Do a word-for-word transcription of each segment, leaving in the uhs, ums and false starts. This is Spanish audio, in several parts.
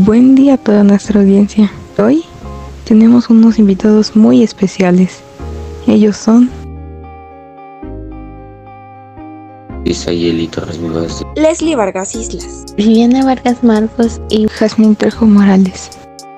Buen día a toda nuestra audiencia. Hoy tenemos unos invitados muy especiales. Ellos son Isayeli Torres Vivas, Leslie Vargas Islas, Viviana Vargas Marcos y Jazmín Trejo Morales.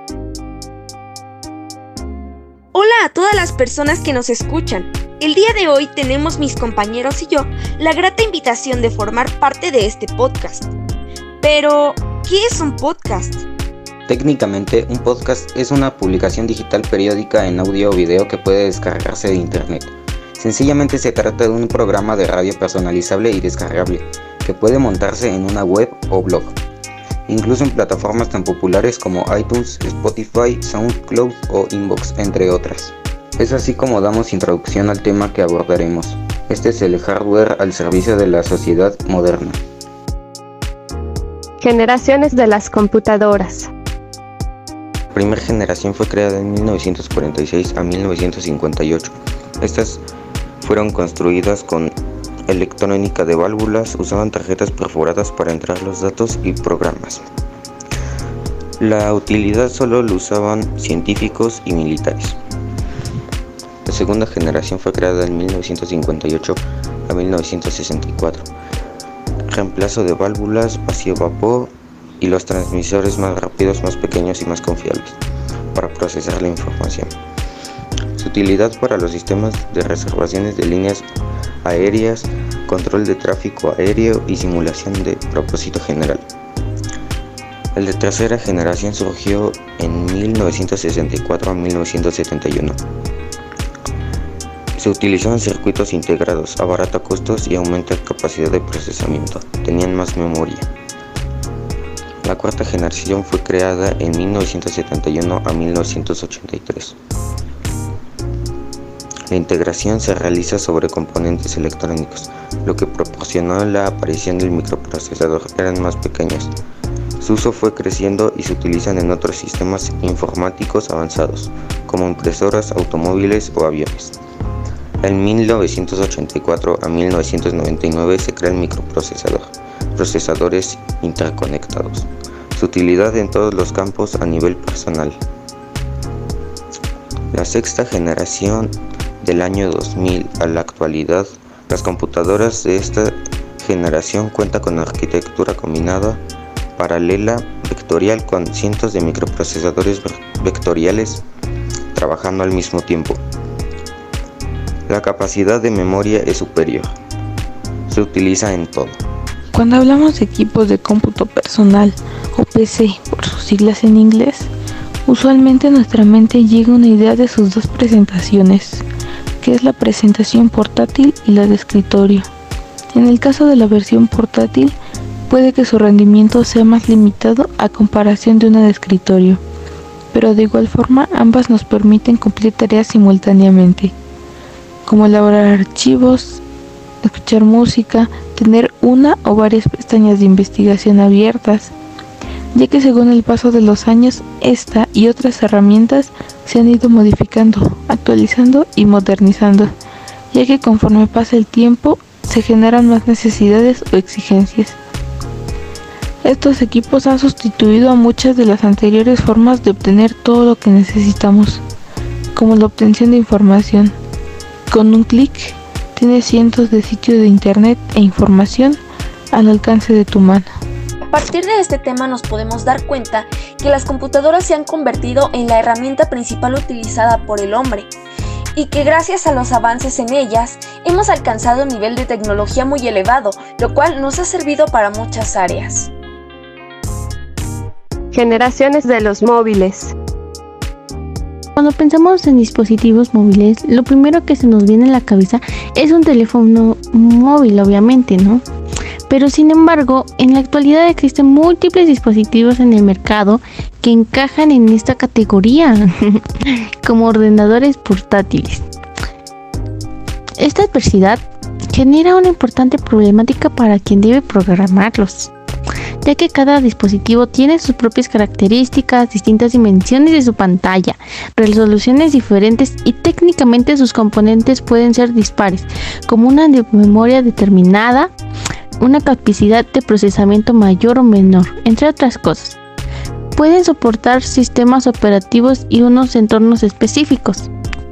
Hola a todas las personas que nos escuchan. El día de hoy tenemos mis compañeros y yo la grata invitación de formar parte de este podcast. Pero, ¿qué es un podcast? Técnicamente, un podcast es una publicación digital periódica en audio o video que puede descargarse de internet. Sencillamente se trata de un programa de radio personalizable y descargable, que puede montarse en una web o blog, incluso en plataformas tan populares como iTunes, Spotify, SoundCloud o Inbox, entre otras. Es así como damos introducción al tema que abordaremos. Este es el hardware al servicio de la sociedad moderna. Generaciones de las computadoras. La primera generación fue creada en mil novecientos cuarenta y seis a mil novecientos cincuenta y ocho. Estas fueron construidas con electrónica de válvulas, usaban tarjetas perforadas para entrar los datos y programas. La utilidad solo lo usaban científicos y militares. La segunda generación fue creada en mil novecientos cincuenta y ocho a mil novecientos sesenta y cuatro. Reemplazo de válvulas, vacío vapor y los transmisores más rápidos, más pequeños y más confiables para procesar la información. Su utilidad para los sistemas de reservaciones de líneas aéreas, control de tráfico aéreo y simulación de propósito general. El de tercera generación surgió en mil novecientos sesenta y cuatro a mil novecientos setenta y uno. Se utilizaban circuitos integrados, abarata costos y aumenta capacidad de procesamiento. Tenían más memoria. La cuarta generación fue creada en mil novecientos setenta y uno a mil novecientos ochenta y tres. La integración se realiza sobre componentes electrónicos, lo que proporcionó la aparición del microprocesador. Eran más pequeños. Su uso fue creciendo y se utilizan en otros sistemas informáticos avanzados, como impresoras, automóviles o aviones. En mil novecientos ochenta y cuatro a mil novecientos noventa y nueve se crea el microprocesador, procesadores interconectados. Su utilidad en todos los campos a nivel personal. La sexta generación del año dos mil a la actualidad, las computadoras de esta generación cuentan con arquitectura combinada, paralela, vectorial, con cientos de microprocesadores vectoriales trabajando al mismo tiempo. La capacidad de memoria es superior. Se utiliza en todo. Cuando hablamos de equipos de cómputo personal o P C por sus siglas en inglés, usualmente a nuestra mente llega una idea de sus dos presentaciones, que es la presentación portátil y la de escritorio. En el caso de la versión portátil, puede que su rendimiento sea más limitado a comparación de una de escritorio, pero de igual forma ambas nos permiten cumplir tareas simultáneamente, como elaborar archivos, escuchar música, tener una o varias pestañas de investigación abiertas, ya que según el paso de los años, esta y otras herramientas se han ido modificando, actualizando y modernizando, ya que conforme pasa el tiempo, se generan más necesidades o exigencias. Estos equipos han sustituido a muchas de las anteriores formas de obtener todo lo que necesitamos, como la obtención de información. Con un clic, tienes cientos de sitios de internet e información al alcance de tu mano. A partir de este tema nos podemos dar cuenta que las computadoras se han convertido en la herramienta principal utilizada por el hombre y que gracias a los avances en ellas hemos alcanzado un nivel de tecnología muy elevado, lo cual nos ha servido para muchas áreas. Generaciones de los móviles. Cuando pensamos en dispositivos móviles, lo primero que se nos viene a la cabeza es un teléfono móvil, obviamente, ¿no? Pero sin embargo, en la actualidad existen múltiples dispositivos en el mercado que encajan en esta categoría, como ordenadores portátiles. Esta adversidad genera una importante problemática para quien debe programarlos, ya que cada dispositivo tiene sus propias características, distintas dimensiones de su pantalla, resoluciones diferentes y técnicamente sus componentes pueden ser dispares, como una de memoria determinada, una capacidad de procesamiento mayor o menor, entre otras cosas. pueden soportar sistemas operativos y unos entornos específicos.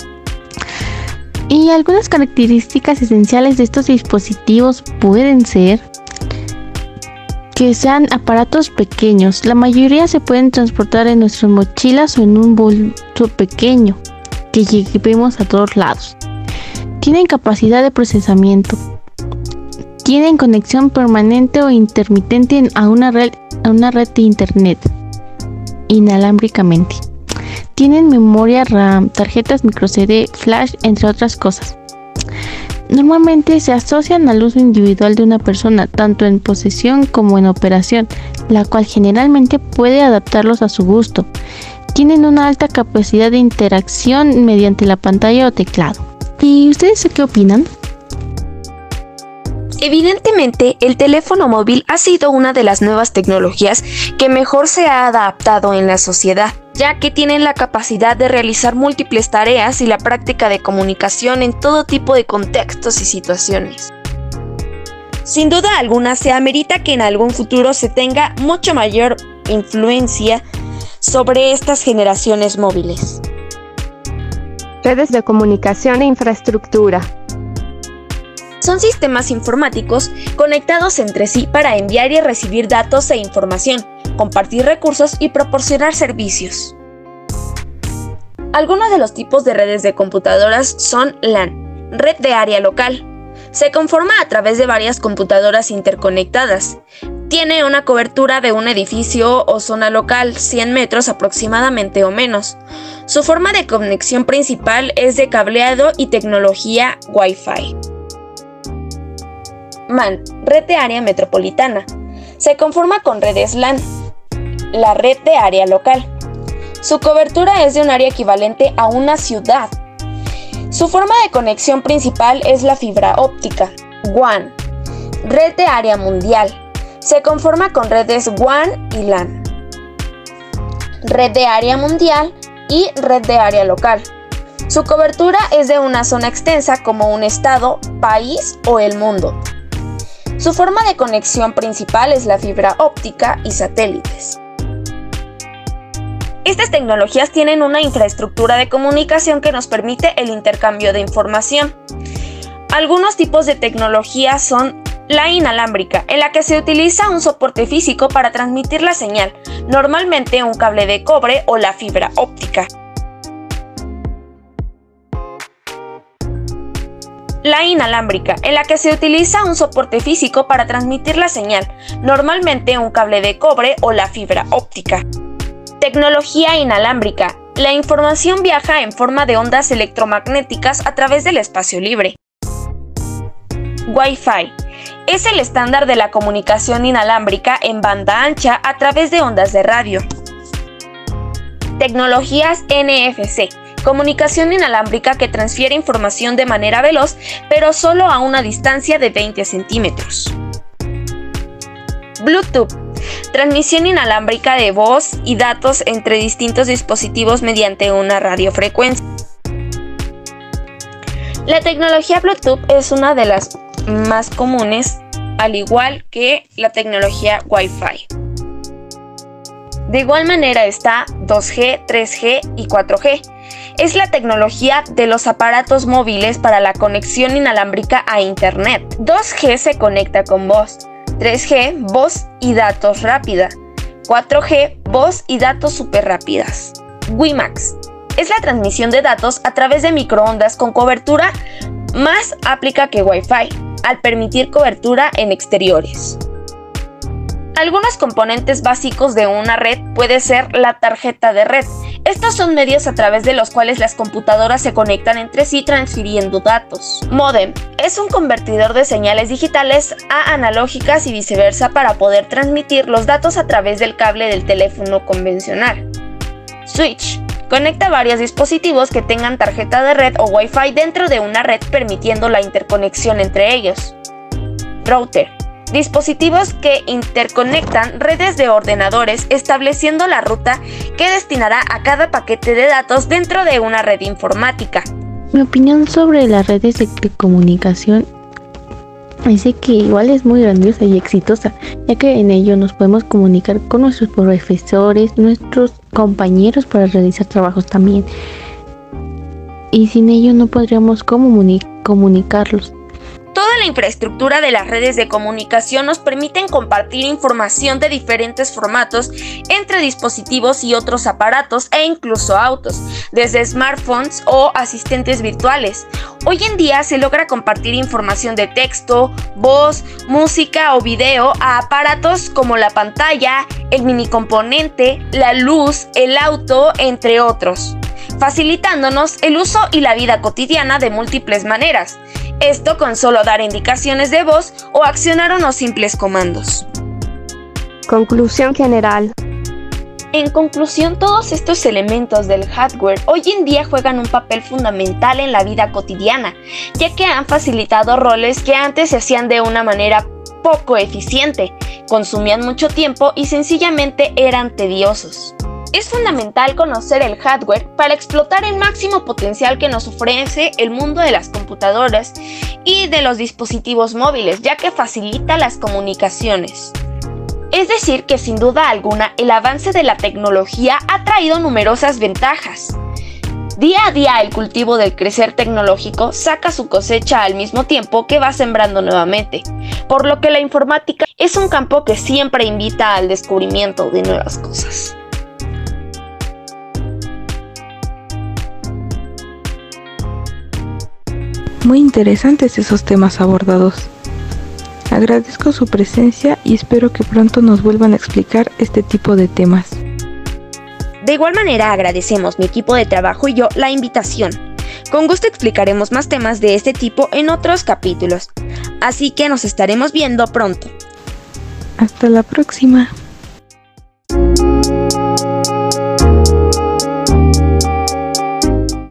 Y algunas características esenciales de estos dispositivos pueden ser que sean aparatos pequeños. La mayoría se pueden transportar en nuestras mochilas o en un bolso pequeño que llevemos a todos lados. Tienen capacidad de procesamiento. Tienen conexión permanente o intermitente a una red, a una red de internet inalámbricamente. Tienen memoria RAM, tarjetas microCD, flash, entre otras cosas. Normalmente se asocian al uso individual de una persona, tanto en posesión como en operación, la cual generalmente puede adaptarlos a su gusto. Tienen una alta capacidad de interacción mediante la pantalla o teclado. ¿Y ustedes qué opinan? Evidentemente, el teléfono móvil ha sido una de las nuevas tecnologías que mejor se ha adaptado en la sociedad, ya que tienen la capacidad de realizar múltiples tareas y la práctica de comunicación en todo tipo de contextos y situaciones. Sin duda alguna, se amerita que en algún futuro se tenga mucho mayor influencia sobre estas generaciones móviles. Redes de comunicación e infraestructura. Son sistemas informáticos conectados entre sí para enviar y recibir datos e información, compartir recursos y proporcionar servicios. Algunos de los tipos de redes de computadoras son LAN, red de área local. Se conforma a través de varias computadoras interconectadas. Tiene una cobertura de un edificio o zona local, cien metros aproximadamente o menos. Su forma de conexión principal es de cableado y tecnología Wi-Fi. MAN, red de área metropolitana. Se conforma con redes LAN, la red de área local. Su cobertura es de un área equivalente a una ciudad. Su forma de conexión principal es la fibra óptica, WAN, red de área mundial. Se conforma con redes WAN y LAN, red de área mundial y red de área local. Su cobertura es de una zona extensa como un estado, país o el mundo. Su forma de conexión principal es la fibra óptica y satélites. Estas tecnologías tienen una infraestructura de comunicación que nos permite el intercambio de información. Algunos tipos de tecnología son la inalámbrica, en la que se utiliza un soporte físico para transmitir la señal, normalmente un cable de cobre o la fibra óptica. La inalámbrica, en la que se utiliza un soporte físico para transmitir la señal, normalmente un cable de cobre o la fibra óptica. Tecnología inalámbrica. La información viaja en forma de ondas electromagnéticas a través del espacio libre. Wi-Fi. Es el estándar de la comunicación inalámbrica en banda ancha a través de ondas de radio. Tecnologías N F C. Comunicación inalámbrica que transfiere información de manera veloz, pero solo a una distancia de veinte centímetros. Bluetooth. Transmisión inalámbrica de voz y datos entre distintos dispositivos mediante una radiofrecuencia. La tecnología Bluetooth es una de las más comunes, al igual que la tecnología Wi-Fi. De igual manera está dos G, tres G y cuatro G. Es la tecnología de los aparatos móviles para la conexión inalámbrica a Internet. dos G se conecta con voz, tres G, voz y datos rápida, cuatro G, voz y datos super rápidas. WiMAX es la transmisión de datos a través de microondas con cobertura más amplia que Wi-Fi, al permitir cobertura en exteriores. Algunos componentes básicos de una red puede ser la tarjeta de red. Estos son medios a través de los cuales las computadoras se conectan entre sí transfiriendo datos. Módem es un convertidor de señales digitales a analógicas y viceversa para poder transmitir los datos a través del cable del teléfono convencional. Switch conecta varios dispositivos que tengan tarjeta de red o Wi-Fi dentro de una red, permitiendo la interconexión entre ellos. Router. Dispositivos que interconectan redes de ordenadores estableciendo la ruta que destinará a cada paquete de datos dentro de una red informática. Mi opinión sobre las redes de comunicación dice que igual es muy grandiosa y exitosa, ya que en ello nos podemos comunicar con nuestros profesores, nuestros compañeros para realizar trabajos también. Y sin ello no podríamos comuni- comunicarlos. Toda la infraestructura de las redes de comunicación nos permiten compartir información de diferentes formatos entre dispositivos y otros aparatos e incluso autos, desde smartphones o asistentes virtuales. Hoy en día se logra compartir información de texto, voz, música o video a aparatos como la pantalla, el minicomponente, la luz, el auto, entre otros, facilitándonos el uso y la vida cotidiana de múltiples maneras. Esto con solo dar indicaciones de voz o accionar unos simples comandos. Conclusión general. En conclusión, todos estos elementos del hardware hoy en día juegan un papel fundamental en la vida cotidiana, ya que han facilitado roles que antes se hacían de una manera poco eficiente, consumían mucho tiempo y sencillamente eran tediosos. Es fundamental conocer el hardware para explotar el máximo potencial que nos ofrece el mundo de las computadoras y de los dispositivos móviles, ya que facilita las comunicaciones. Es decir, que sin duda alguna el avance de la tecnología ha traído numerosas ventajas. Día a día el cultivo del crecer tecnológico saca su cosecha al mismo tiempo que va sembrando nuevamente, por lo que la informática es un campo que siempre invita al descubrimiento de nuevas cosas. Muy interesantes esos temas abordados. Agradezco su presencia y espero que pronto nos vuelvan a explicar este tipo de temas. De igual manera agradecemos mi equipo de trabajo y yo la invitación. Con gusto explicaremos más temas de este tipo en otros capítulos. Así que nos estaremos viendo pronto. Hasta la próxima.